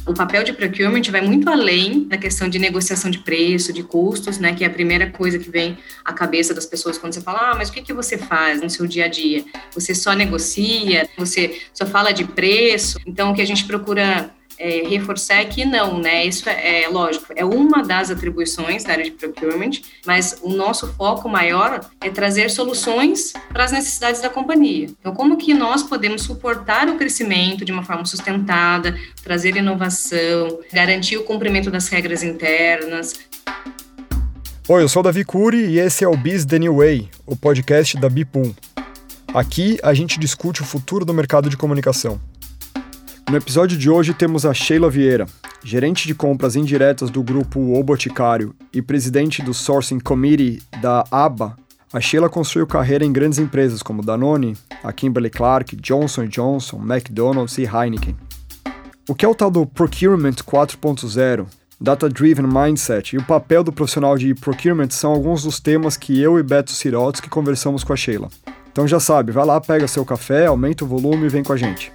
O papel de procurement vai muito além da questão de negociação de preço, de custos, né, que é a primeira coisa que vem à cabeça das pessoas quando você fala, mas o que você faz no seu dia a dia? Você só negocia? Você só fala de preço? Então, o que a gente procura reforçar é que não, né? Isso é lógico, é uma das atribuições da área de procurement, mas o nosso foco maior é trazer soluções para as necessidades da companhia. Então, como que nós podemos suportar o crescimento de uma forma sustentada, trazer inovação, garantir o cumprimento das regras internas. Oi, eu sou o Davi Cury e esse é o Biz The New Way, o podcast da Bipum. Aqui a gente discute o futuro do mercado de comunicação. No episódio de hoje temos a Sheila Vieira, gerente de compras indiretas do grupo O Boticário e presidente do Sourcing Committee da ABA. A Sheila construiu carreira em grandes empresas como Danone, a Kimberly-Clark, Johnson & Johnson, McDonald's e Heineken. O que é o tal do Procurement 4.0, Data-Driven Mindset e o papel do profissional de Procurement são alguns dos temas que eu e Beto Sirotsky conversamos com a Sheila. Então já sabe, vai lá, pega seu café, aumenta o volume e vem com a gente.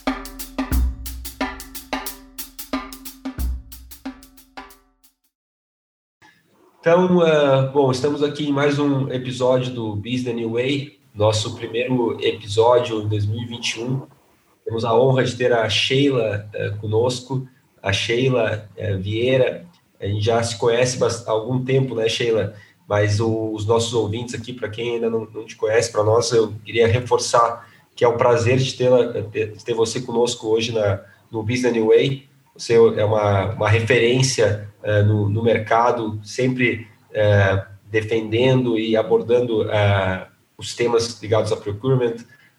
Então, estamos aqui em mais um episódio do Biz The New Way, nosso primeiro episódio em 2021. Temos a honra de ter a Sheila conosco, a Sheila Vieira. A gente já se conhece há algum tempo, né, Sheila? Mas os nossos ouvintes aqui, para quem ainda não te conhece, para nós, eu queria reforçar que é um prazer de ter você conosco hoje no Biz The New Way. Você é uma referência no mercado, sempre defendendo e abordando os temas ligados a procurement,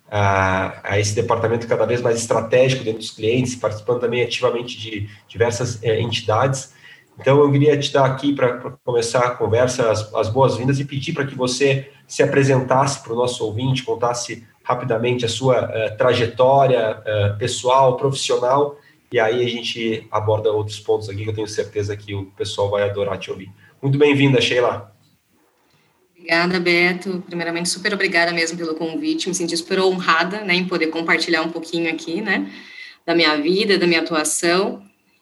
a esse departamento cada vez mais estratégico dentro dos clientes, participando também ativamente de diversas entidades. Então, eu queria te dar aqui, para começar a conversa, as boas-vindas e pedir para que você se apresentasse para o nosso ouvinte, contasse rapidamente a sua trajetória pessoal, profissional, e aí a gente aborda outros pontos aqui que eu tenho certeza que o pessoal vai adorar te ouvir. Muito bem-vinda, Sheila. Obrigada, Beto. Primeiramente, super obrigada mesmo pelo convite. Me senti super honrada, né, em poder compartilhar um pouquinho aqui, né, da minha vida, da minha atuação.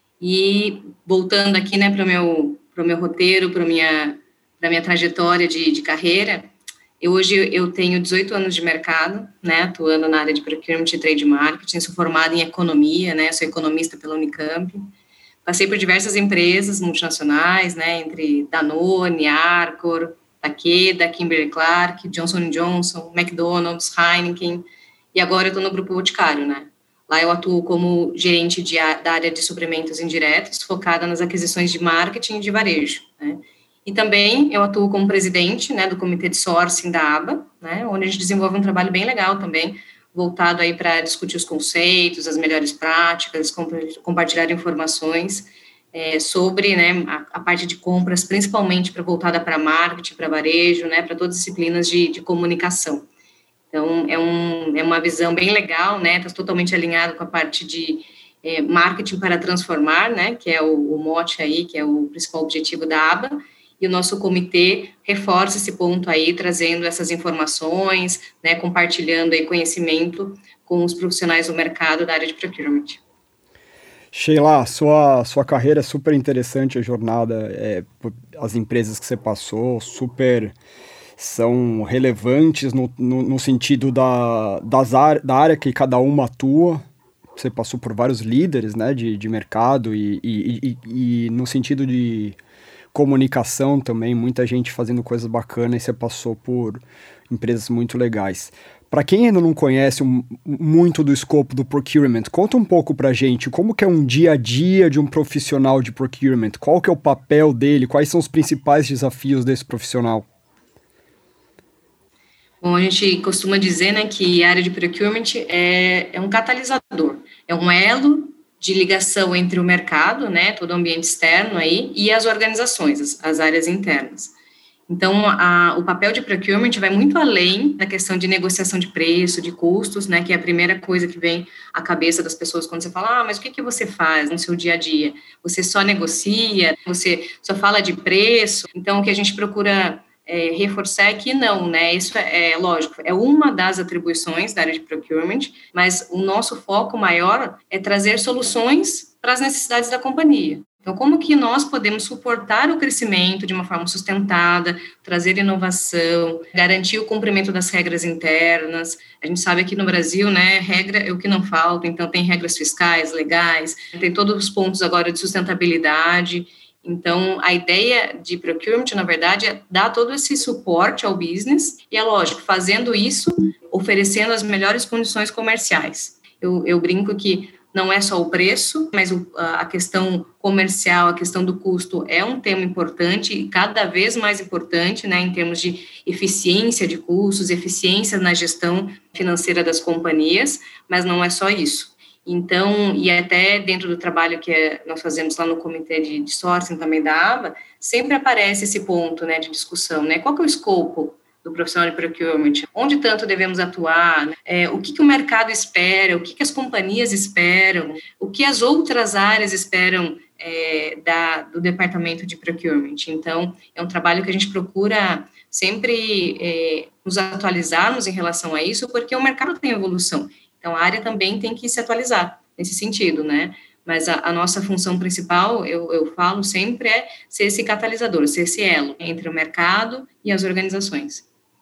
E voltando aqui, né, para o meu roteiro, para minha trajetória de carreira, hoje eu tenho 18 anos de mercado, né, atuando na área de procurement e trade marketing, sou formada em economia, né, sou economista pela Unicamp, passei por diversas empresas multinacionais, né, entre Danone, Arcor, Takeda, Kimberly-Clark, Johnson & Johnson, McDonald's, Heineken, e agora eu estou no Grupo Boticário, né. Lá eu atuo como gerente da área de suprimentos indiretos, focada nas aquisições de marketing e de varejo, né. E também eu atuo como presidente, né, do comitê de sourcing da ABA, né, onde a gente desenvolve um trabalho bem legal também, voltado aí para discutir os conceitos, as melhores práticas, compartilhar informações sobre, né, a parte de compras, principalmente voltada para marketing, para varejo, né, para todas as disciplinas de comunicação. Então, é uma visão bem legal, né, está totalmente alinhado com a parte de marketing para transformar, né, que é o mote aí, que é o principal objetivo da ABA, e o nosso comitê reforça esse ponto aí, trazendo essas informações, né, compartilhando aí conhecimento com os profissionais do mercado da área de procurement. Sheila, sua carreira é super interessante, a jornada, as empresas que você passou, super são relevantes no sentido da área que cada uma atua. Você passou por vários líderes, né, de mercado e no sentido de comunicação também, muita gente fazendo coisas bacanas e você passou por empresas muito legais. Para quem ainda não conhece muito do escopo do procurement, conta um pouco pra gente como que é um dia a dia de um profissional de procurement, qual que é o papel dele, quais são os principais desafios desse profissional? Bom, a gente costuma dizer, né, que a área de procurement é um catalisador, é um elo de ligação entre o mercado, né, todo o ambiente externo aí, e as organizações, as áreas internas. Então, o papel de procurement vai muito além da questão de negociação de preço, de custos, né, que é a primeira coisa que vem à cabeça das pessoas quando você fala, mas o que você faz no seu dia a dia? Você só negocia? Você só fala de preço? Então, o que a gente procura reforçar que não, né? Isso é lógico, é uma das atribuições da área de procurement, mas o nosso foco maior é trazer soluções para as necessidades da companhia. Então, como que nós podemos suportar o crescimento de uma forma sustentada, trazer inovação, garantir o cumprimento das regras internas? A gente sabe aqui no Brasil, né, regra é o que não falta, então tem regras fiscais, legais, tem todos os pontos agora de sustentabilidade. Então, a ideia de procurement, na verdade, é dar todo esse suporte ao business e, é lógico, fazendo isso, oferecendo as melhores condições comerciais. Eu brinco que não é só o preço, mas a questão comercial, a questão do custo é um tema importante e cada vez mais importante, né, em termos de eficiência de custos, eficiência na gestão financeira das companhias, mas não é só isso. Então, e até dentro do trabalho que nós fazemos lá no comitê de sourcing também da ABA, sempre aparece esse ponto, né, de discussão, né, qual que é o escopo do profissional de procurement, onde tanto devemos atuar, né? O que o mercado espera, o que as companhias esperam, o que as outras áreas esperam do departamento de procurement. Então, é um trabalho que a gente procura sempre nos atualizarmos em relação a isso, porque o mercado tem evolução. Então, a área também tem que se atualizar nesse sentido, né? Mas a nossa função principal, eu falo sempre, é ser esse catalisador, ser esse elo entre o mercado e as organizações.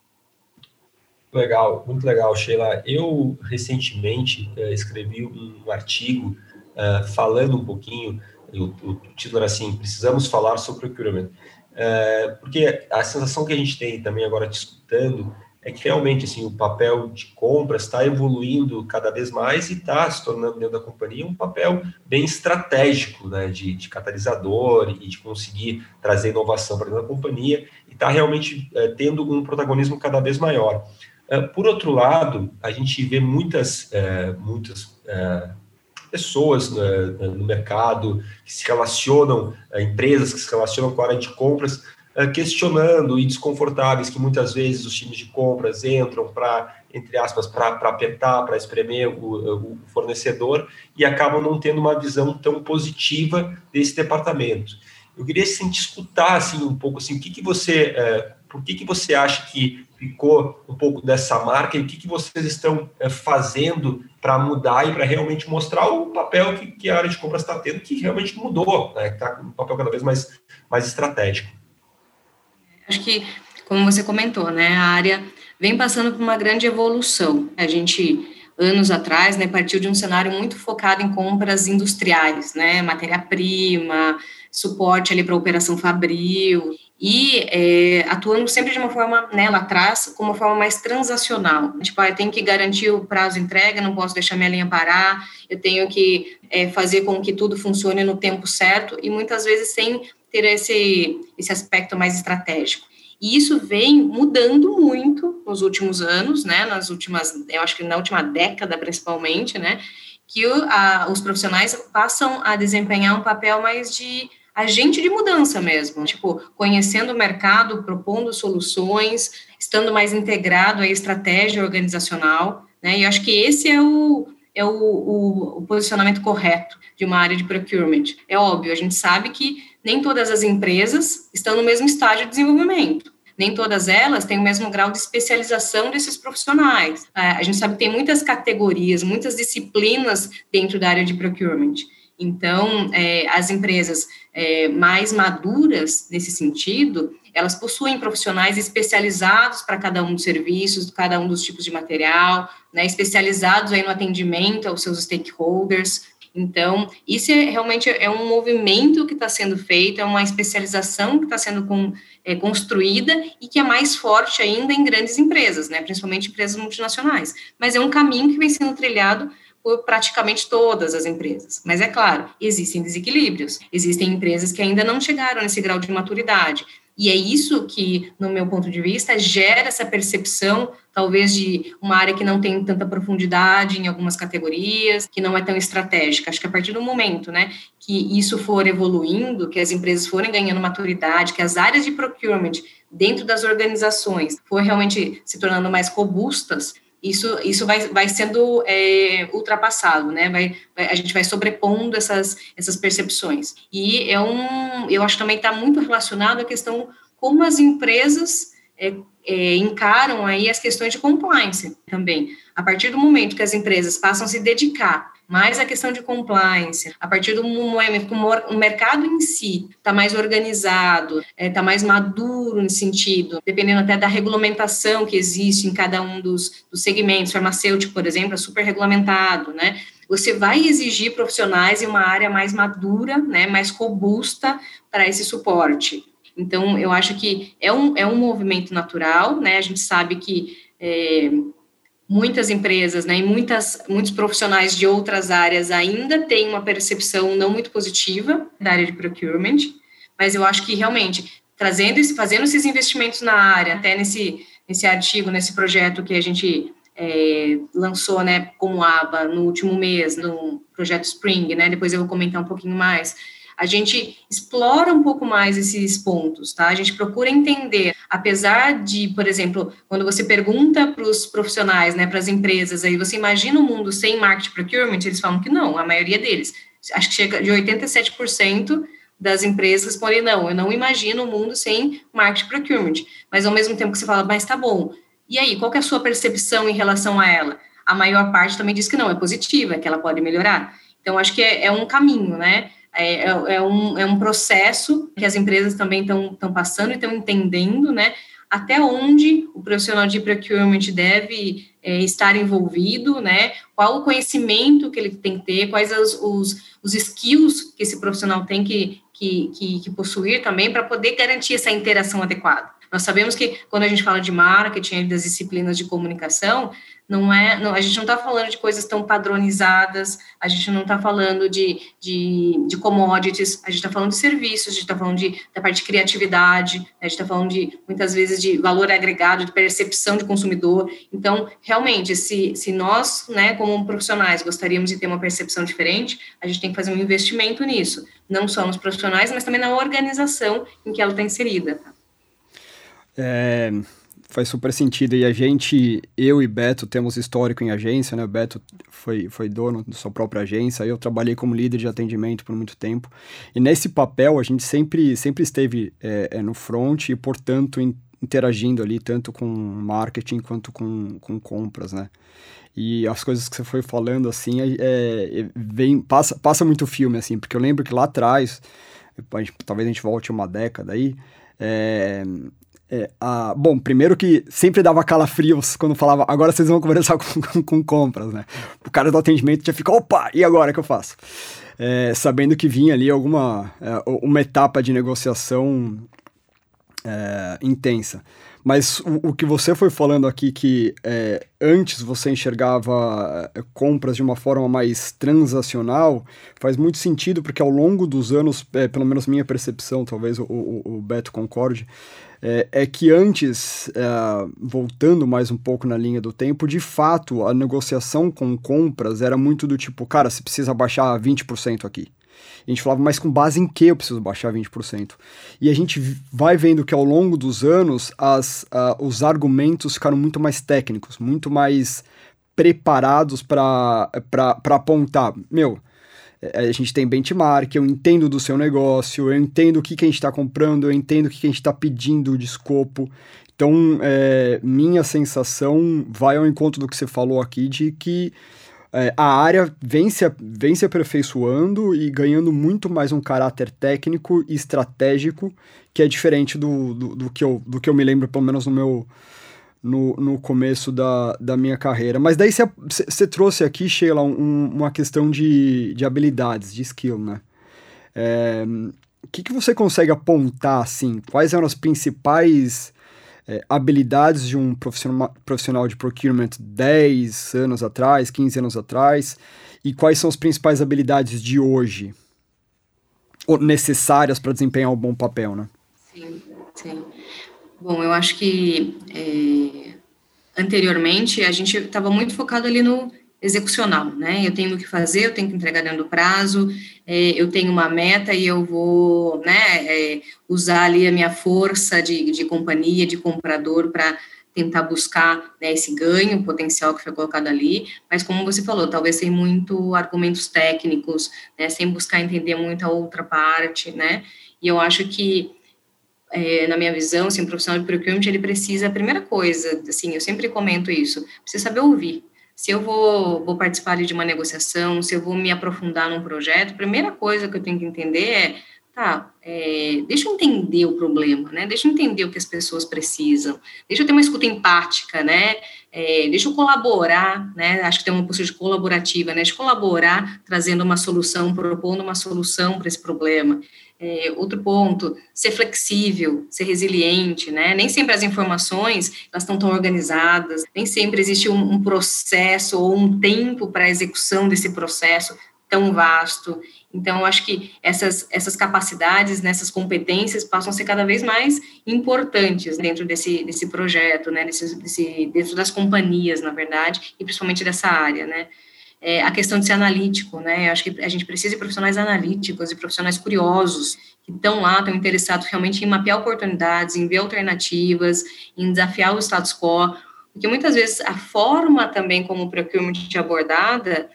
Legal, muito legal, Sheila. Eu, recentemente, escrevi um artigo falando um pouquinho, o título era assim, precisamos falar sobre procurement. Porque a sensação que a gente tem também agora discutindo é que realmente assim, o papel de compras está evoluindo cada vez mais e está se tornando dentro da companhia um papel bem estratégico, né, de catalisador e de conseguir trazer inovação para dentro da companhia e está realmente tendo um protagonismo cada vez maior. Por outro lado, a gente vê muitas pessoas no mercado que se relacionam, empresas que se relacionam com a área de compras, questionando e desconfortáveis que muitas vezes os times de compras entram para, entre aspas, para apertar, para espremer o fornecedor e acabam não tendo uma visão tão positiva desse departamento. Eu queria assim, te escutar assim, um pouco assim, por que você acha que ficou um pouco dessa marca e o que vocês estão fazendo para mudar e para realmente mostrar o papel que a área de compras está tendo, que realmente mudou, né? Está com um papel cada vez mais estratégico. Acho que, como você comentou, né, a área vem passando por uma grande evolução. A gente, anos atrás, né, partiu de um cenário muito focado em compras industriais, né, matéria-prima, suporte ali para a operação fabril, e atuando sempre de uma forma, né, lá atrás, com uma forma mais transacional. Tipo, eu tenho que garantir o prazo de entrega, não posso deixar minha linha parar, eu tenho que fazer com que tudo funcione no tempo certo, e muitas vezes sem ter esse aspecto mais estratégico. E isso vem mudando muito nos últimos anos, né, eu acho que na última década, principalmente, né, que os profissionais passam a desempenhar um papel mais de agente de mudança mesmo, tipo, conhecendo o mercado, propondo soluções, estando mais integrado à estratégia organizacional, né, e eu acho que esse é o posicionamento correto de uma área de procurement. É óbvio, a gente sabe que nem todas as empresas estão no mesmo estágio de desenvolvimento. Nem todas elas têm o mesmo grau de especialização desses profissionais. A gente sabe que tem muitas categorias, muitas disciplinas dentro da área de procurement. Então, as empresas mais maduras nesse sentido, elas possuem profissionais especializados para cada um dos serviços, cada um dos tipos de material, né, especializados aí no atendimento aos seus stakeholders. Então, isso realmente é um movimento que está sendo feito, é uma especialização que está sendo construída e que é mais forte ainda em grandes empresas, né, principalmente empresas multinacionais. Mas é um caminho que vem sendo trilhado por praticamente todas as empresas. Mas, é claro, existem desequilíbrios. Existem empresas que ainda não chegaram nesse grau de maturidade. E é isso que, no meu ponto de vista, gera essa percepção, talvez, de uma área que não tem tanta profundidade em algumas categorias, que não é tão estratégica. Acho que a partir do momento, né, que isso for evoluindo, que as empresas forem ganhando maturidade, que as áreas de procurement dentro das organizações for realmente se tornando mais robustas, isso vai sendo ultrapassado, né? A gente vai sobrepondo essas percepções. E eu acho que também está muito relacionado à questão como as empresas encaram aí as questões de compliance também. A partir do momento que as empresas passam a se dedicar mais à questão de compliance, a partir do momento que o mercado em si está mais organizado, está mais maduro nesse sentido, dependendo até da regulamentação que existe em cada um dos segmentos, farmacêutico, por exemplo, é super regulamentado, né? Você vai exigir profissionais em uma área mais madura, né, mais robusta para esse suporte. Então, eu acho que é um movimento natural, né? A gente sabe que muitas empresas, né, e muitos profissionais de outras áreas ainda têm uma percepção não muito positiva da área de procurement, mas eu acho que realmente fazendo esses investimentos na área, até nesse artigo, nesse projeto que a gente lançou, né, como aba no último mês, no projeto Spring, né, depois eu vou comentar um pouquinho mais. A gente explora um pouco mais esses pontos, tá? A gente procura entender, apesar de, por exemplo, quando você pergunta para os profissionais, né, para as empresas, aí você imagina um mundo sem marketing procurement, eles falam que não, a maioria deles. Acho que chega de 87% das empresas respondem não, eu não imagino um mundo sem marketing procurement. Mas ao mesmo tempo que você fala, mas tá bom, e aí, qual que é a sua percepção em relação a ela? A maior parte também diz que não, é positiva, que ela pode melhorar. Então, acho que é um caminho, né? É um processo que as empresas também estão passando e estão entendendo, né? Até onde o profissional de procurement deve estar envolvido, né? Qual o conhecimento que ele tem que ter, quais os skills que esse profissional tem que possuir também para poder garantir essa interação adequada. Nós sabemos que quando a gente fala de marketing, das disciplinas de comunicação, a gente não está falando de coisas tão padronizadas, a gente não está falando de commodities, a gente está falando de serviços, a gente está falando da parte de criatividade, a gente está falando muitas vezes, de valor agregado, de percepção de consumidor. Então, realmente, se nós, né, como profissionais, gostaríamos de ter uma percepção diferente, a gente tem que fazer um investimento nisso, não só nos profissionais, mas também na organização em que ela está inserida. Faz super sentido, e eu e Beto temos histórico em agência, né? O Beto foi dono da sua própria agência, eu trabalhei como líder de atendimento por muito tempo, e nesse papel a gente sempre esteve no front e, portanto, interagindo ali, tanto com marketing quanto com compras, né? E as coisas que você foi falando, assim, passa muito filme, assim, porque eu lembro que lá atrás, talvez a gente volte uma década aí, bom, primeiro que sempre dava calafrios quando falava, agora vocês vão conversar com compras, né? O cara do atendimento já fica, opa, e agora o que eu faço? Sabendo que vinha ali uma etapa de negociação intensa. Mas o que você foi falando aqui, que antes você enxergava compras de uma forma mais transacional, faz muito sentido, porque ao longo dos anos, pelo menos minha percepção, talvez o Beto concorde, é que antes, voltando mais um pouco na linha do tempo, de fato, a negociação com compras era muito do tipo, cara, você precisa baixar 20% aqui. A gente falava, mas com base em que eu preciso baixar 20%? E a gente vai vendo que ao longo dos anos os argumentos ficaram muito mais técnicos, muito mais preparados para apontar. A gente tem benchmark, eu entendo do seu negócio, eu entendo o que a gente está comprando, eu entendo o que a gente está pedindo de escopo. Então, minha sensação vai ao encontro do que você falou aqui, de que a área vem se aperfeiçoando e ganhando muito mais um caráter técnico e estratégico, que é diferente do que eu me lembro, pelo menos no começo da minha carreira. Mas daí você trouxe aqui, Sheila, uma questão de habilidades, de skill, né? O que você consegue apontar, assim? Quais eram as principais habilidades de um profissional de procurement 10 anos atrás, 15 anos atrás, e quais são as principais habilidades de hoje, ou necessárias para desempenhar um bom papel, né? Sim. Bom, eu acho que anteriormente a gente estava muito focado ali no execucional, né? Eu tenho o que fazer, eu tenho que entregar dentro do prazo, eu tenho uma meta e eu vou, né, usar ali a minha força de companhia, de comprador para tentar buscar, né, esse ganho, o potencial que foi colocado ali, mas como você falou, talvez sem muito argumentos técnicos, né, sem buscar entender muito a outra parte, né? E eu acho que na minha visão, assim, um profissional de procurement, ele precisa, a primeira coisa, assim, eu sempre comento isso, precisa saber ouvir. Se eu vou participar ali de uma negociação, se eu vou me aprofundar num projeto, a primeira coisa que eu tenho que entender deixa eu entender o problema, né? Deixa eu entender o que as pessoas precisam, deixa eu ter uma escuta empática, né? Deixa eu colaborar, né? Acho que tem uma postura colaborativa, né? De colaborar, trazendo uma solução, propondo uma solução para esse problema. Outro ponto, ser flexível, ser resiliente, né? Nem sempre as informações, elas estão tão organizadas, nem sempre existe um processo ou um tempo para a execução desse processo tão vasto. Então, eu acho que essas capacidades, né, essas competências passam a ser cada vez mais importantes dentro desse projeto, né, dentro das companhias, na verdade, e principalmente dessa área, né. A questão de ser analítico, né, eu acho que a gente precisa de profissionais analíticos e profissionais curiosos, que estão lá, estão interessados realmente em mapear oportunidades, em ver alternativas, em desafiar o status quo, porque muitas vezes a forma também como o procurement é abordada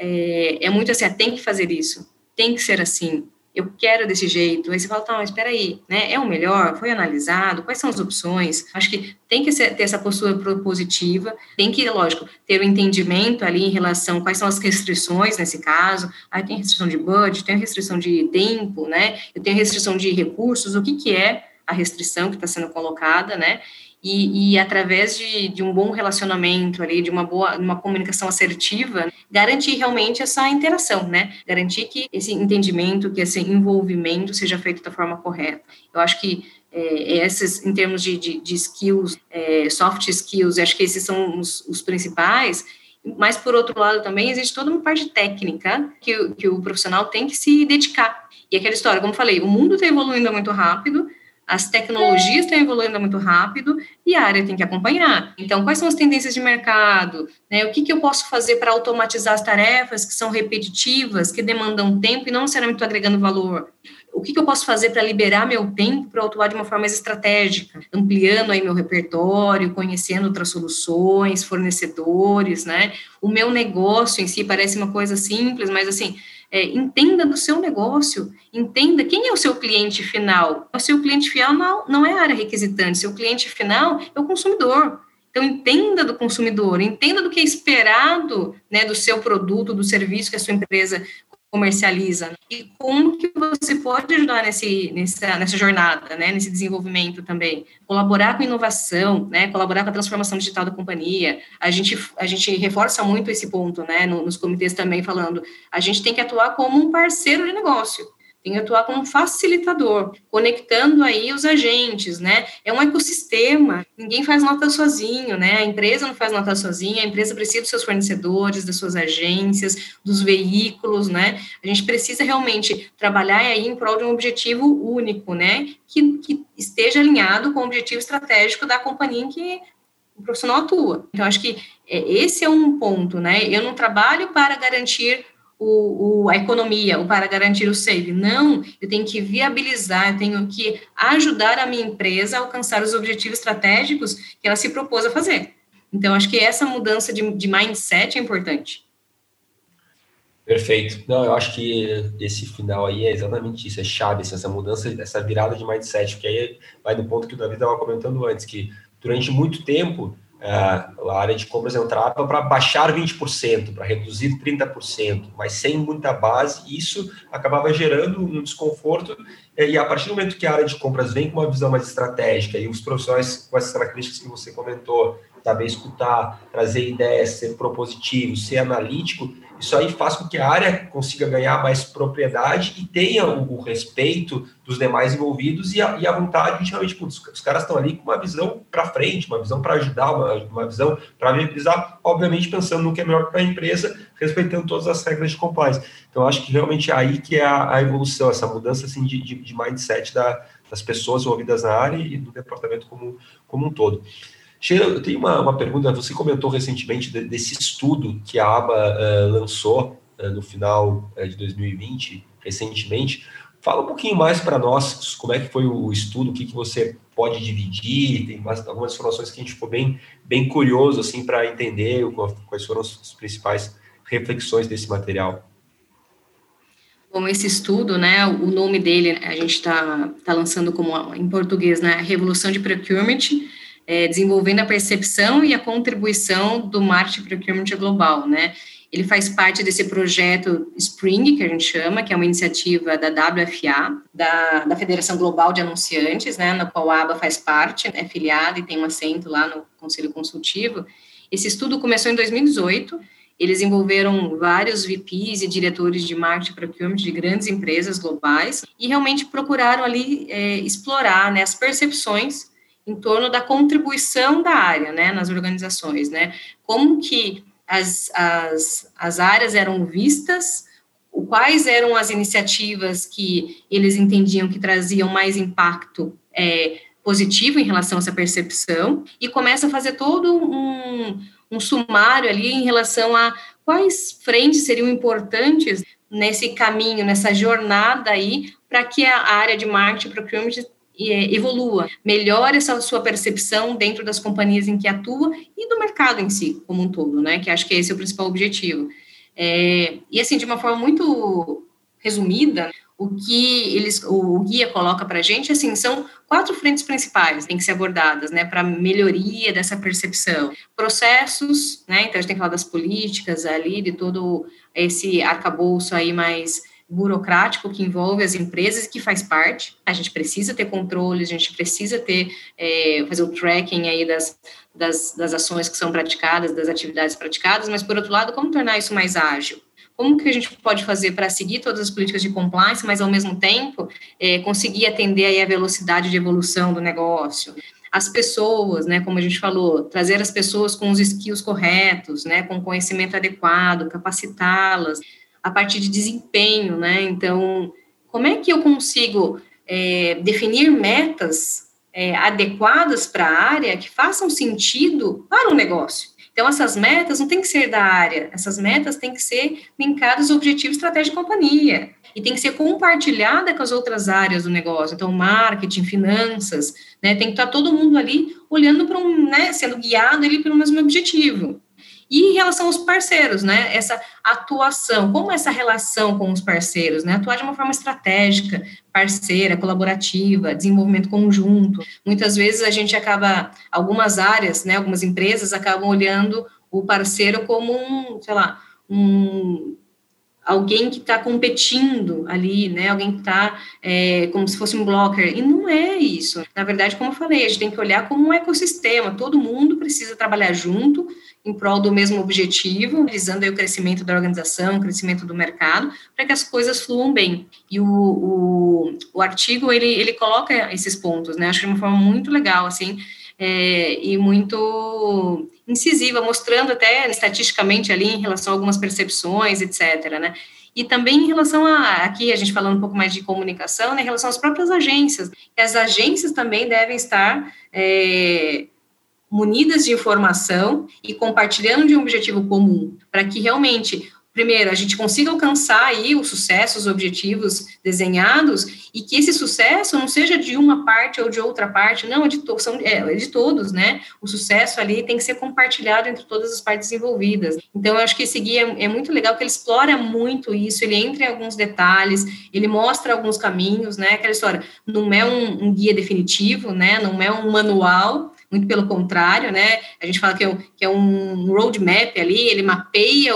é muito assim, tem que fazer isso, tem que ser assim, eu quero desse jeito. Aí você fala, tá, mas espera aí, né, é o melhor? Foi analisado? Quais são as opções? Acho que tem que ter essa postura propositiva, tem que, lógico, ter o entendimento ali em relação a quais são as restrições nesse caso. Aí tem restrição de budget, tem restrição de tempo, né, eu tenho restrição de recursos, o que é a restrição que está sendo colocada, né, e através de um bom relacionamento ali, de uma comunicação assertiva, garantir realmente essa interação, né? Garantir que esse entendimento, que esse envolvimento seja feito da forma correta. Eu acho que esses, em termos de skills, soft skills, acho que esses são os principais, mas, por outro lado, também existe toda uma parte técnica que o profissional tem que se dedicar. E aquela história, como eu falei, o mundo está evoluindo muito rápido, as tecnologias estão evoluindo muito rápido e a área tem que acompanhar. Então, quais são as tendências de mercado? Né? O que eu posso fazer para automatizar as tarefas que são repetitivas, que demandam tempo e não necessariamente estou agregando valor? O que eu posso fazer para liberar meu tempo para atuar de uma forma mais estratégica, ampliando aí meu repertório, conhecendo outras soluções, fornecedores, né? O meu negócio em si parece uma coisa simples, mas assim, entenda do seu negócio, entenda quem é o seu cliente final. O seu cliente final não é a área requisitante, seu cliente final é o consumidor. Então, entenda do consumidor, entenda do que é esperado, né, do seu produto, do serviço que a sua empresa comercializa, e como que você pode ajudar nessa jornada, né, nesse desenvolvimento também, colaborar com inovação, né, colaborar com a transformação digital da companhia. A gente reforça muito esse ponto, né, nos comitês também, falando, a gente tem que atuar como um parceiro de negócio, tem que atuar como um facilitador, conectando aí os agentes, né? É um ecossistema, ninguém faz nota sozinho, né? A empresa não faz nota sozinha, a empresa precisa dos seus fornecedores, das suas agências, dos veículos, né? A gente precisa realmente trabalhar aí em prol de um objetivo único, né? Que esteja alinhado com o objetivo estratégico da companhia em que o profissional atua. Então, acho que esse é um ponto, né? Eu não trabalho para garantir a economia, ou para garantir o save. Não, eu tenho que viabilizar, eu tenho que ajudar a minha empresa a alcançar os objetivos estratégicos que ela se propôs a fazer. Então, acho que essa mudança de mindset é importante. Perfeito. Não, eu acho que esse final aí é exatamente isso, é chave, essa mudança, essa virada de mindset, porque aí vai do ponto que o Davi estava comentando antes, que durante muito tempo a área de compras entrava para baixar 20%, para reduzir 30%, mas sem muita base, isso acabava gerando um desconforto, e a partir do momento que a área de compras vem com uma visão mais estratégica, e os profissionais com essas características que você comentou, saber escutar, trazer ideias, ser propositivo, ser analítico, isso aí faz com que a área consiga ganhar mais propriedade e tenha o respeito dos demais envolvidos e a vontade de realmente, os caras estão ali com uma visão para frente, uma visão para ajudar, uma visão para viabilizar, obviamente pensando no que é melhor para a empresa, respeitando todas as regras de compliance. Então, acho que realmente é aí que é a evolução, essa mudança assim, de mindset das pessoas envolvidas na área e do departamento como um todo. Sheila, eu tenho uma pergunta. Você comentou recentemente desse estudo que a ABA lançou no final de 2020, recentemente. Fala um pouquinho mais para nós como é que foi o estudo, o que você pode dividir, tem algumas informações que a gente ficou bem curioso assim, para entender quais foram as principais reflexões desse material. Bom, esse estudo, né, o nome dele, a gente está lançando como, em português, né, Revolução de Procurement, desenvolvendo a percepção e a contribuição do marketing procurement global, né. Ele faz parte desse projeto Spring, que a gente chama, que é uma iniciativa da WFA, da Federação Global de Anunciantes, né, na qual a ABA faz parte, é filiada e tem um assento lá no Conselho Consultivo. Esse estudo começou em 2018, eles envolveram vários VPs e diretores de marketing procurement de grandes empresas globais e realmente procuraram ali explorar, né, as percepções em torno da contribuição da área, né, nas organizações, né, como que as áreas eram vistas, quais eram as iniciativas que eles entendiam que traziam mais impacto positivo em relação a essa percepção, e começa a fazer todo um sumário ali em relação a quais frentes seriam importantes nesse caminho, nessa jornada aí, para que a área de marketing procurement evolua, melhore essa sua percepção dentro das companhias em que atua e do mercado em si, como um todo, né, que acho que esse é o principal objetivo. E assim, de uma forma muito resumida, o que o guia coloca para a gente, assim, são 4 frentes principais que têm que ser abordadas, né, para melhoria dessa percepção. Processos, né, então a gente tem que falar das políticas ali, de todo esse arcabouço aí mais burocrático que envolve as empresas e que faz parte. A gente precisa ter controles, a gente precisa ter, fazer o tracking aí das ações que são praticadas, das atividades praticadas, mas, por outro lado, como tornar isso mais ágil? Como que a gente pode fazer para seguir todas as políticas de compliance, mas, ao mesmo tempo, conseguir atender aí a velocidade de evolução do negócio? As pessoas, né, como a gente falou, trazer as pessoas com os skills corretos, né, com conhecimento adequado, capacitá-las, a partir de desempenho, né, então, como é que eu consigo definir metas adequadas para a área que façam sentido para o negócio? Então, essas metas não têm que ser da área, essas metas têm que ser linkadas aos objetivos estratégicos da companhia e tem que ser compartilhada com as outras áreas do negócio, então, marketing, finanças, né, tem que estar todo mundo ali olhando para sendo guiado ali pelo mesmo objetivo. E em relação aos parceiros, né, essa atuação, como essa relação com os parceiros, né, atuar de uma forma estratégica, parceira, colaborativa, desenvolvimento conjunto. Muitas vezes a gente acaba, algumas áreas, né, algumas empresas acabam olhando o parceiro como alguém que está competindo ali, né, alguém que está como se fosse um blocker, e não é isso. Na verdade, como eu falei, a gente tem que olhar como um ecossistema, todo mundo precisa trabalhar junto, em prol do mesmo objetivo, visando aí o crescimento da organização, o crescimento do mercado, para que as coisas fluam bem. E o artigo, ele coloca esses pontos, né, acho que de uma forma muito legal, assim, e muito incisiva, mostrando até estatisticamente ali em relação a algumas percepções, etc., né, e também em relação aqui a gente falando um pouco mais de comunicação, né, em relação às próprias agências, que as agências também devem estar munidas de informação e compartilhando de um objetivo comum, para que realmente, primeiro, a gente consiga alcançar aí o sucesso, os objetivos desenhados, e que esse sucesso não seja de uma parte ou de outra parte, não, é de todos, né? O sucesso ali tem que ser compartilhado entre todas as partes envolvidas. Então, eu acho que esse guia é muito legal, que ele explora muito isso, ele entra em alguns detalhes, ele mostra alguns caminhos, né? Aquela história, não é um guia definitivo, né? Não é um manual, muito pelo contrário, né? A gente fala que é um roadmap ali, ele mapeia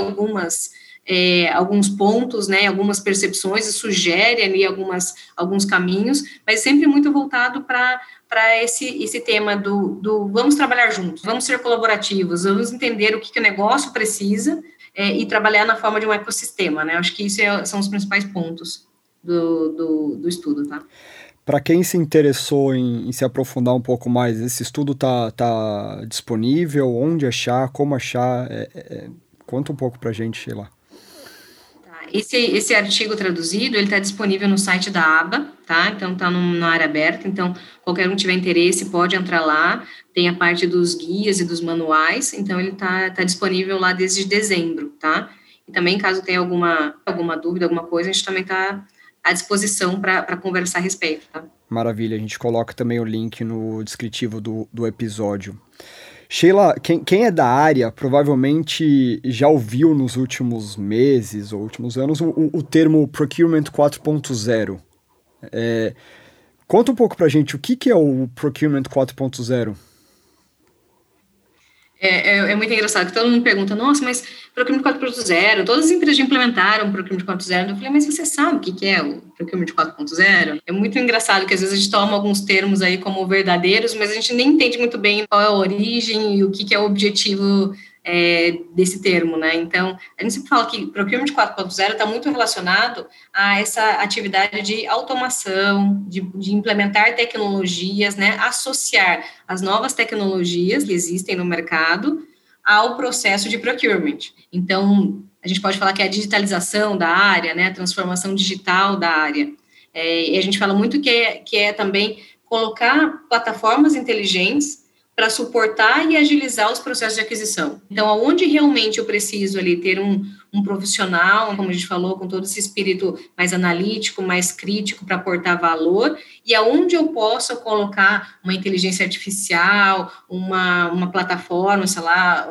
alguns pontos, né, algumas percepções e sugere ali alguns caminhos, mas sempre muito voltado para esse tema do vamos trabalhar juntos, vamos ser colaborativos, vamos entender o que o negócio precisa e trabalhar na forma de um ecossistema, né? Acho que isso são os principais pontos do estudo, tá? Para quem se interessou em se aprofundar um pouco mais, esse estudo tá disponível? Onde achar? Como achar? Conta um pouco para a gente, Sheila. Esse artigo traduzido, ele está disponível no site da ABA, tá? Então, está na área aberta, então, qualquer um tiver interesse pode entrar lá, tem a parte dos guias e dos manuais, então, ele está disponível lá desde dezembro, tá? E também, caso tenha alguma dúvida, alguma coisa, a gente também está à disposição para conversar a respeito, tá? Maravilha, a gente coloca também o link no descritivo do episódio. Sheila, quem é da área provavelmente já ouviu nos últimos meses ou últimos anos o termo Procurement 4.0. Conta um pouco pra gente o que é o Procurement 4.0. É muito engraçado que todo mundo pergunta, nossa, mas Procurement 4.0, todas as empresas já implementaram o Procurement 4.0. Eu falei, mas você sabe o que é o Procurement 4.0? É muito engraçado que às vezes a gente toma alguns termos aí como verdadeiros, mas a gente nem entende muito bem qual é a origem e o que é o objetivo desse termo, né? Então, a gente sempre fala que Procurement 4.0 está muito relacionado a essa atividade de automação, de implementar tecnologias, né? Associar as novas tecnologias que existem no mercado ao processo de procurement. Então, a gente pode falar que é a digitalização da área, né? A transformação digital da área. E a gente fala muito que é também colocar plataformas inteligentes para suportar e agilizar os processos de aquisição. Então, aonde realmente eu preciso ali ter um profissional, como a gente falou, com todo esse espírito mais analítico, mais crítico para aportar valor, e aonde eu posso colocar uma inteligência artificial, uma plataforma, sei lá,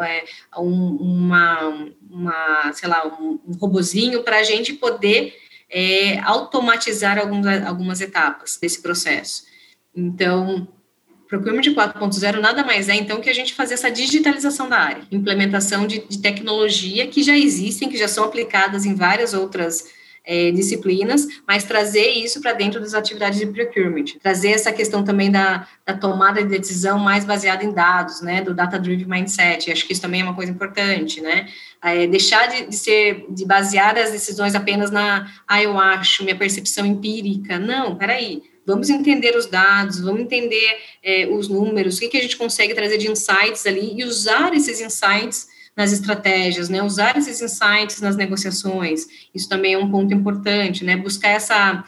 um robozinho para a gente poder automatizar algumas etapas desse processo. Então, Procurement 4.0 nada mais é, então, que a gente fazer essa digitalização da área, implementação de tecnologia que já existem, que já são aplicadas em várias outras disciplinas, mas trazer isso para dentro das atividades de procurement, trazer essa questão também da tomada de decisão mais baseada em dados, né, do data-driven mindset. Acho que isso também é uma coisa importante, né, deixar de basear as decisões apenas eu acho, minha percepção empírica. Não, peraí. Vamos entender os dados, vamos entender os números, o que a gente consegue trazer de insights ali e usar esses insights nas estratégias, né? Usar esses insights nas negociações. Isso também é um ponto importante, né? Buscar essa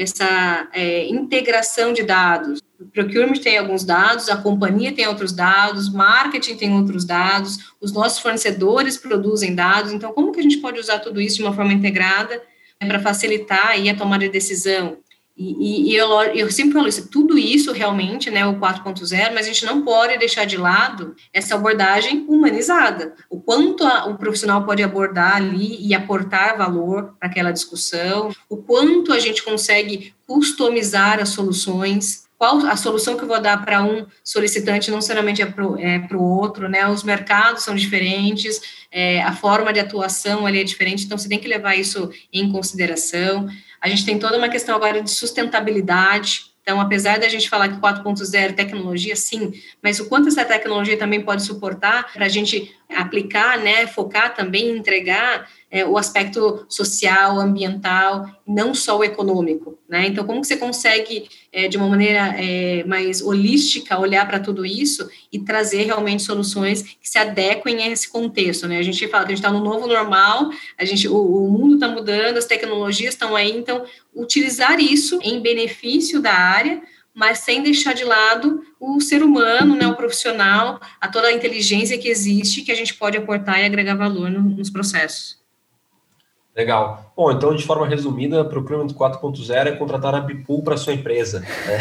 integração de dados. O procurement tem alguns dados, a companhia tem outros dados, marketing tem outros dados, os nossos fornecedores produzem dados. Então, como que a gente pode usar tudo isso de uma forma integrada para facilitar aí a tomada de decisão? E eu sempre falo isso, tudo isso realmente, né, o 4.0, mas a gente não pode deixar de lado essa abordagem humanizada. O quanto o profissional pode abordar ali e aportar valor para aquela discussão, o quanto a gente consegue customizar as soluções, qual a solução que eu vou dar para um solicitante não necessariamente é para o outro, né? Os mercados são diferentes, a forma de atuação ali é diferente, então você tem que levar isso em consideração. A gente tem toda uma questão agora de sustentabilidade. Então, apesar da gente falar que 4.0 tecnologia, sim, mas o quanto essa tecnologia também pode suportar para a gente aplicar, né, focar também em entregar o aspecto social, ambiental, não só o econômico, né? Então, como que você consegue, de uma maneira mais holística, olhar para tudo isso e trazer realmente soluções que se adequem a esse contexto, né? A gente fala que a gente está no novo normal, o mundo está mudando, as tecnologias estão aí, então, utilizar isso em benefício da área, mas sem deixar de lado o ser humano, né, o profissional, a toda a inteligência que existe, que a gente pode aportar e agregar valor nos processos. Legal. Bom, então, de forma resumida, Procurement 4.0 é contratar a Bipool para sua empresa.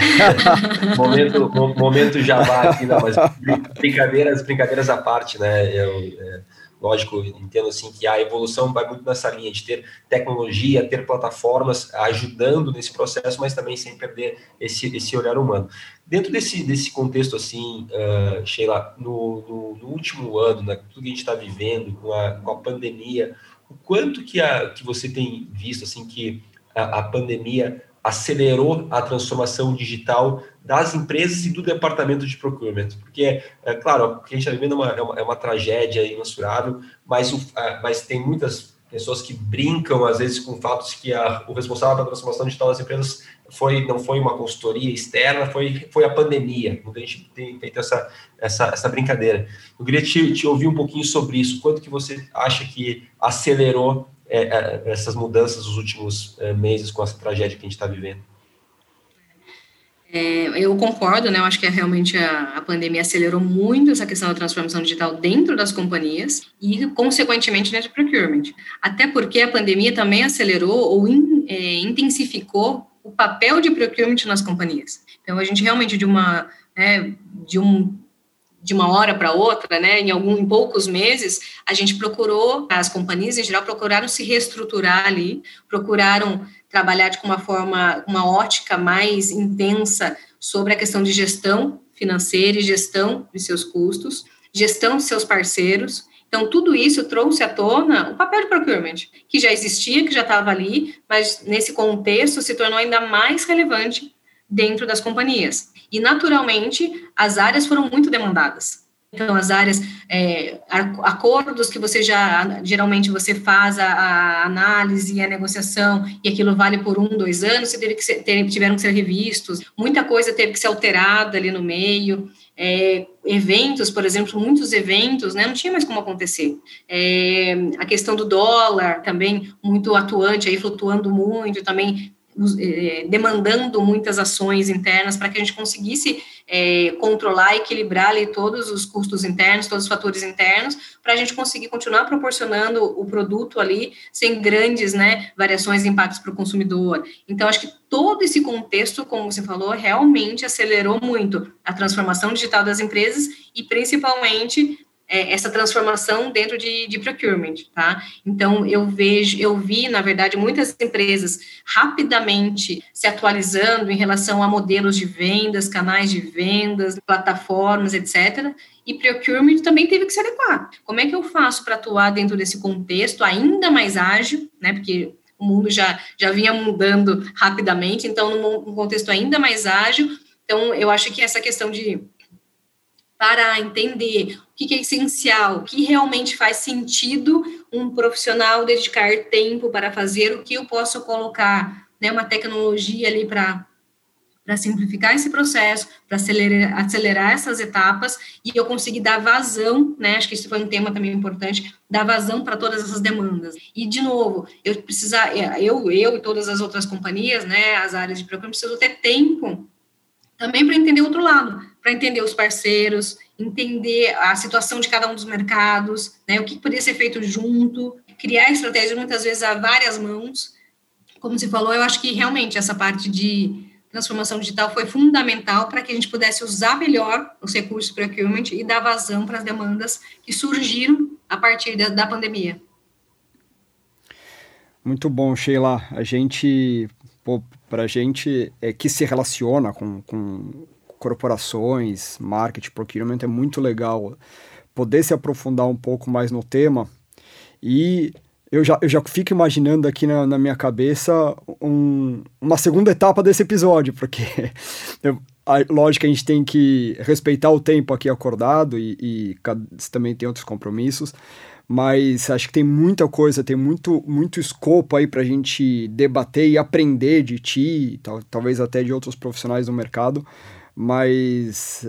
Momento jabá aqui, não, mas brincadeiras à parte, né? Lógico, entendo assim que a evolução vai muito nessa linha de ter tecnologia, ter plataformas ajudando nesse processo, mas também sem perder esse olhar humano. Dentro desse contexto, assim, Sheila, no último ano, né, tudo que a gente está vivendo com a pandemia, o quanto que você tem visto assim, que a pandemia acelerou a transformação digital das empresas e do departamento de procurement? Porque, claro, o que a gente está vivendo é uma tragédia imensurável, mas tem muitas pessoas que brincam, às vezes, com fatos que o responsável pela transformação digital das empresas não foi uma consultoria externa, foi a pandemia. A gente tem feito essa brincadeira. Eu queria te ouvir um pouquinho sobre isso. Quanto que você acha que acelerou essas mudanças nos últimos meses com essa tragédia que a gente está vivendo? Eu concordo, né? Eu acho que realmente a pandemia acelerou muito essa questão da transformação digital dentro das companhias e, consequentemente, dentro do procurement. Até porque a pandemia também acelerou ou intensificou o papel de procurement nas companhias. Então, a gente realmente, de de uma hora para outra, né, em poucos meses, a gente procurou, as companhias em geral procuraram se reestruturar ali, procuraram trabalhar com uma ótica mais intensa sobre a questão de gestão financeira e gestão de seus custos, gestão de seus parceiros. Então, tudo isso trouxe à tona o papel de procurement, que já existia, que já estava ali, mas nesse contexto se tornou ainda mais relevante dentro das companhias. E, naturalmente, as áreas foram muito demandadas. Então, as áreas, acordos que geralmente você faz a análise e a negociação, e aquilo vale por 1-2 anos, tiveram que ser revistos, muita coisa teve que ser alterada ali no meio, eventos, por exemplo, muitos eventos, né, não tinha mais como acontecer. A questão do dólar também muito atuante, aí flutuando muito, também demandando muitas ações internas para que a gente conseguisse controlar e equilibrar ali todos os custos internos, todos os fatores internos, para a gente conseguir continuar proporcionando o produto ali sem grandes, né, variações e impactos para o consumidor. Então, acho que todo esse contexto, como você falou, realmente acelerou muito a transformação digital das empresas e, principalmente, essa transformação dentro de procurement, tá? Então, eu vi, na verdade, muitas empresas rapidamente se atualizando em relação a modelos de vendas, canais de vendas, plataformas, etc., e procurement também teve que se adequar. Como é que eu faço para atuar dentro desse contexto ainda mais ágil, né? Porque o mundo já vinha mudando rapidamente, então, num contexto ainda mais ágil. Então, eu acho que essa questão para entender o que é essencial, o que realmente faz sentido um profissional dedicar tempo para fazer, o que eu posso colocar, né, uma tecnologia ali para simplificar esse processo, para acelerar essas etapas, e eu conseguir dar vazão, né, acho que isso foi um tema também importante, dar vazão para todas essas demandas. E, de novo, eu e todas as outras companhias, né, as áreas de procura, precisam ter tempo também para entender o outro lado, para entender os parceiros, entender a situação de cada um dos mercados, né, o que poderia ser feito junto, criar estratégias muitas vezes a várias mãos. Como você falou, eu acho que realmente essa parte de transformação digital foi fundamental para que a gente pudesse usar melhor os recursos de procurement e dar vazão para as demandas que surgiram a partir da pandemia. Muito bom, Sheila. Para a gente que se relaciona com corporações, marketing, procurement, é muito legal poder se aprofundar um pouco mais no tema. E eu já fico imaginando aqui na minha cabeça uma segunda etapa desse episódio, porque lógico que a gente tem que respeitar o tempo aqui acordado e também tem outros compromissos, mas acho que tem muita coisa, tem muito escopo aí para a gente debater e aprender de ti, talvez até de outros profissionais do mercado, mas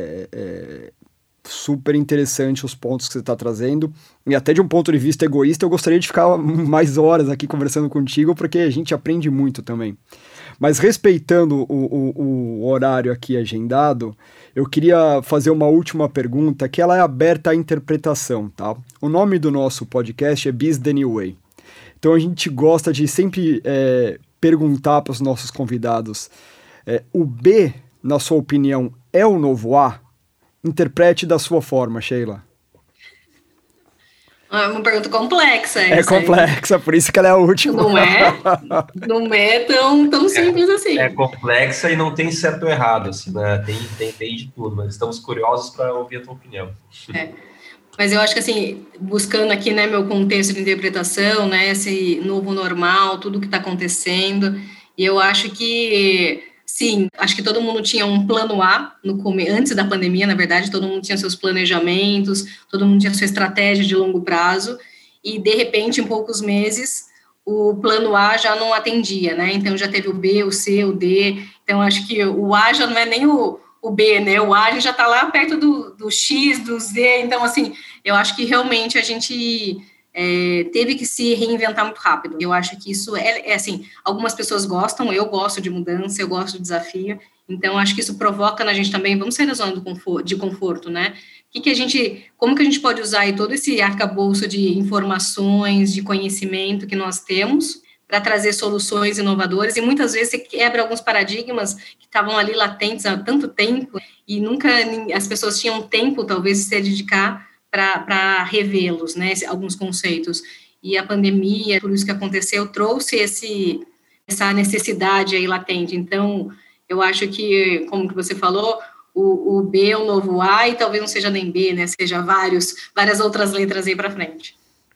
super interessante os pontos que você está trazendo, e até de um ponto de vista egoísta eu gostaria de ficar mais horas aqui conversando contigo, porque a gente aprende muito também. Mas respeitando o horário aqui agendado, eu queria fazer uma última pergunta, que ela é aberta à interpretação, tá? O nome do nosso podcast é Biz The New Way. Então a gente gosta de sempre perguntar para os nossos convidados, o B, na sua opinião, é o novo A? Interprete da sua forma, Sheila. É uma pergunta complexa. É complexa, por isso que ela é a última. Não é tão simples assim. É complexa e não tem certo ou errado, assim, né? Tem de tudo, mas estamos curiosos para ouvir a tua opinião. Mas eu acho que, assim, buscando aqui, né, meu contexto de interpretação, né, esse novo normal, tudo que está acontecendo, e eu acho que, sim, acho que todo mundo tinha um plano A antes da pandemia, na verdade, todo mundo tinha seus planejamentos, todo mundo tinha sua estratégia de longo prazo, e, de repente, em poucos meses, o plano A já não atendia, né? Então, já teve o B, o C, o D. Então, acho que o A já não é nem o B, né? O A a gente já está lá perto do X, do Z. Então, assim, eu acho que realmente a gente teve que se reinventar muito rápido. Eu acho que isso assim, algumas pessoas gostam, eu gosto de mudança, eu gosto de desafio. Então, acho que isso provoca na gente também, vamos sair da zona de conforto, né? Como que a gente pode usar aí todo esse arcabouço de informações, de conhecimento que nós temos para trazer soluções inovadoras, e muitas vezes você quebra alguns paradigmas que estavam ali latentes há tanto tempo, e nunca as pessoas tinham tempo, talvez, de se dedicar para revê-los, né, alguns conceitos. E a pandemia, tudo isso que aconteceu, trouxe essa necessidade aí latente. Então, eu acho que, como que você falou, o B é o novo A, e talvez não seja nem B, né, seja várias outras letras aí para frente.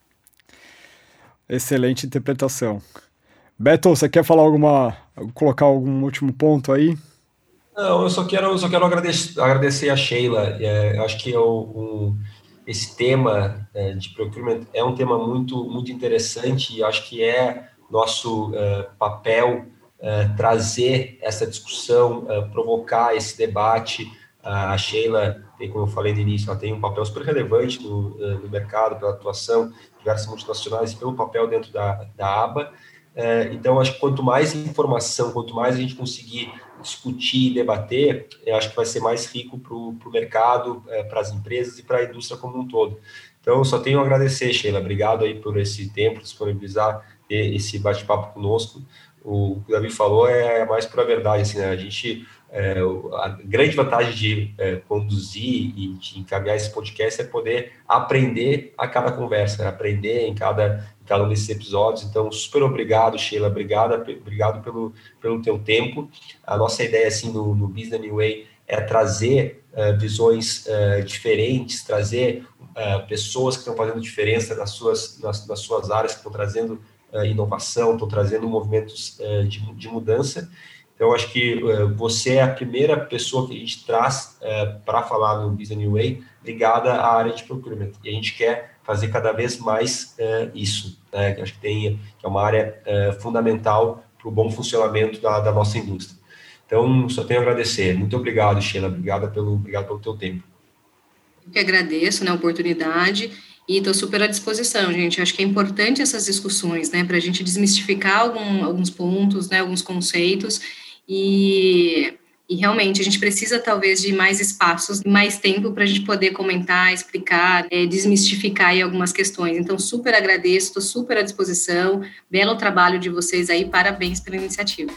Excelente interpretação. Beto, você quer colocar algum último ponto aí? Não, eu só quero agradecer a Sheila. Acho que esse tema de procurement é um tema muito, muito interessante, e acho que é nosso papel trazer essa discussão, provocar esse debate. A Sheila tem, como eu falei no início, ela tem um papel super relevante no mercado, pela atuação de diversas multinacionais e pelo papel dentro da aba. Então, acho que quanto mais informação, quanto mais a gente conseguir discutir e debater, eu acho que vai ser mais rico para o mercado, para as empresas e para a indústria como um todo. Então, eu só tenho a agradecer, Sheila. Obrigado aí por esse tempo, disponibilizar esse bate-papo conosco. O que o Davi falou é mais pura verdade, assim, né? A grande vantagem de conduzir e de encaminhar esse podcast é poder aprender a cada conversa, aprender em cada um desses episódios. Então, super obrigado, Sheila, obrigado pelo teu tempo. A nossa ideia, assim, no Business New Way é trazer visões diferentes, trazer pessoas que estão fazendo diferença nas suas áreas, que estão trazendo inovação, estão trazendo movimentos de mudança. Então, acho que você é a primeira pessoa que a gente traz para falar no Business New Way ligada à área de procurement. E a gente quer fazer cada vez mais isso, né? Acho que é uma área fundamental para o bom funcionamento da nossa indústria. Então, só tenho a agradecer. Muito obrigado, Sheila. Obrigado pelo teu tempo. Eu que agradeço, né, a oportunidade, e estou super à disposição, gente. Acho que é importante essas discussões, né, para a gente desmistificar alguns pontos, né, alguns conceitos, e realmente a gente precisa talvez de mais espaços, mais tempo para a gente poder comentar, explicar, desmistificar aí algumas questões. Então, super agradeço, estou super à disposição. Belo trabalho de vocês aí, parabéns pela iniciativa.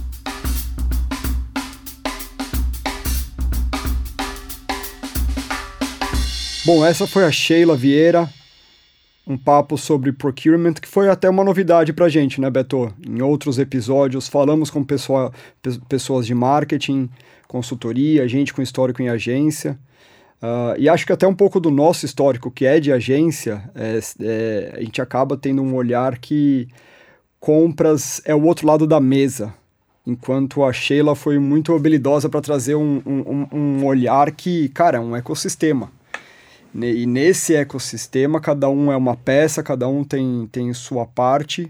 Bom, essa foi a Sheila Vieira, um papo sobre procurement, que foi até uma novidade pra gente, né, Beto? Em outros episódios falamos com pessoas de marketing, consultoria, gente com histórico em agência, e acho que até um pouco do nosso histórico, que é de agência, a gente acaba tendo um olhar que compras é o outro lado da mesa, enquanto a Sheila foi muito habilidosa para trazer um olhar que, cara, é um ecossistema. E nesse ecossistema, cada um é uma peça, cada um tem sua parte,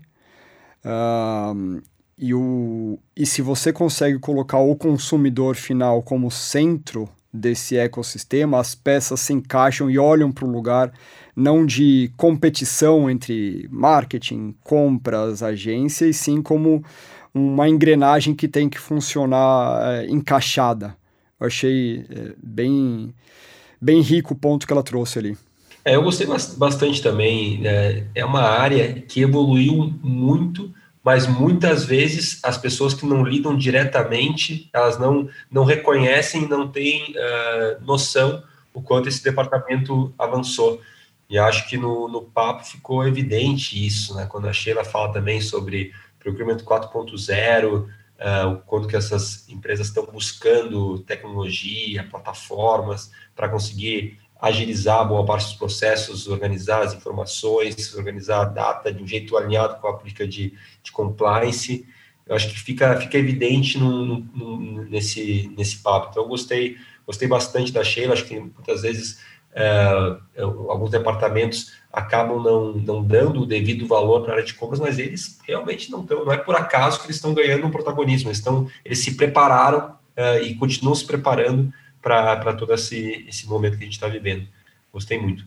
e se você consegue colocar o consumidor final como centro desse ecossistema, as peças se encaixam e olham para o lugar, não de competição entre marketing, compras, agência, e sim como uma engrenagem que tem que funcionar encaixada. Eu achei bem rico o ponto que ela trouxe ali. Eu gostei bastante também. É uma área que evoluiu muito, mas muitas vezes as pessoas que não lidam diretamente, elas não reconhecem, não têm noção o quanto esse departamento avançou. E acho que no papo ficou evidente isso, né? Quando a Sheila fala também sobre Procurement 4.0, quando que essas empresas estão buscando tecnologia, plataformas, para conseguir agilizar boa parte dos processos, organizar as informações, organizar a data de um jeito alinhado com a política de compliance. Eu acho que fica evidente nesse papo. Então, eu gostei bastante da Sheila. Acho que muitas vezes alguns departamentos acabam não dando o devido valor para a área de compras, mas eles realmente não estão. Não é por acaso que eles estão ganhando um protagonismo. Eles se prepararam e continuam se preparando para todo esse momento que a gente está vivendo. Gostei muito.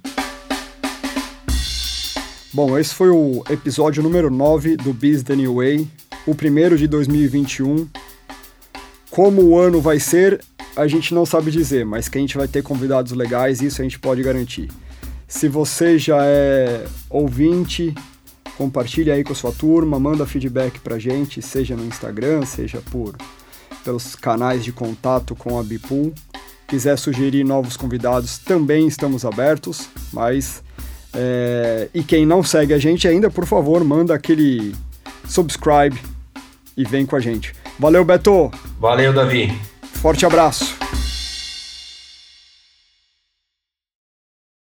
Bom, esse foi o episódio número 9 do Business the New Way, o primeiro de 2021. Como o ano vai ser, a gente não sabe dizer, mas que a gente vai ter convidados legais, isso a gente pode garantir. Se você já é ouvinte, Compartilha aí com a sua turma, manda feedback pra gente, seja no Instagram, seja pelos canais de contato com a Bipool. Quiser sugerir novos convidados, também estamos abertos, mas e quem não segue a gente ainda, por favor, manda aquele subscribe e vem com a gente. Valeu, Beto! Valeu, Davi! Forte abraço!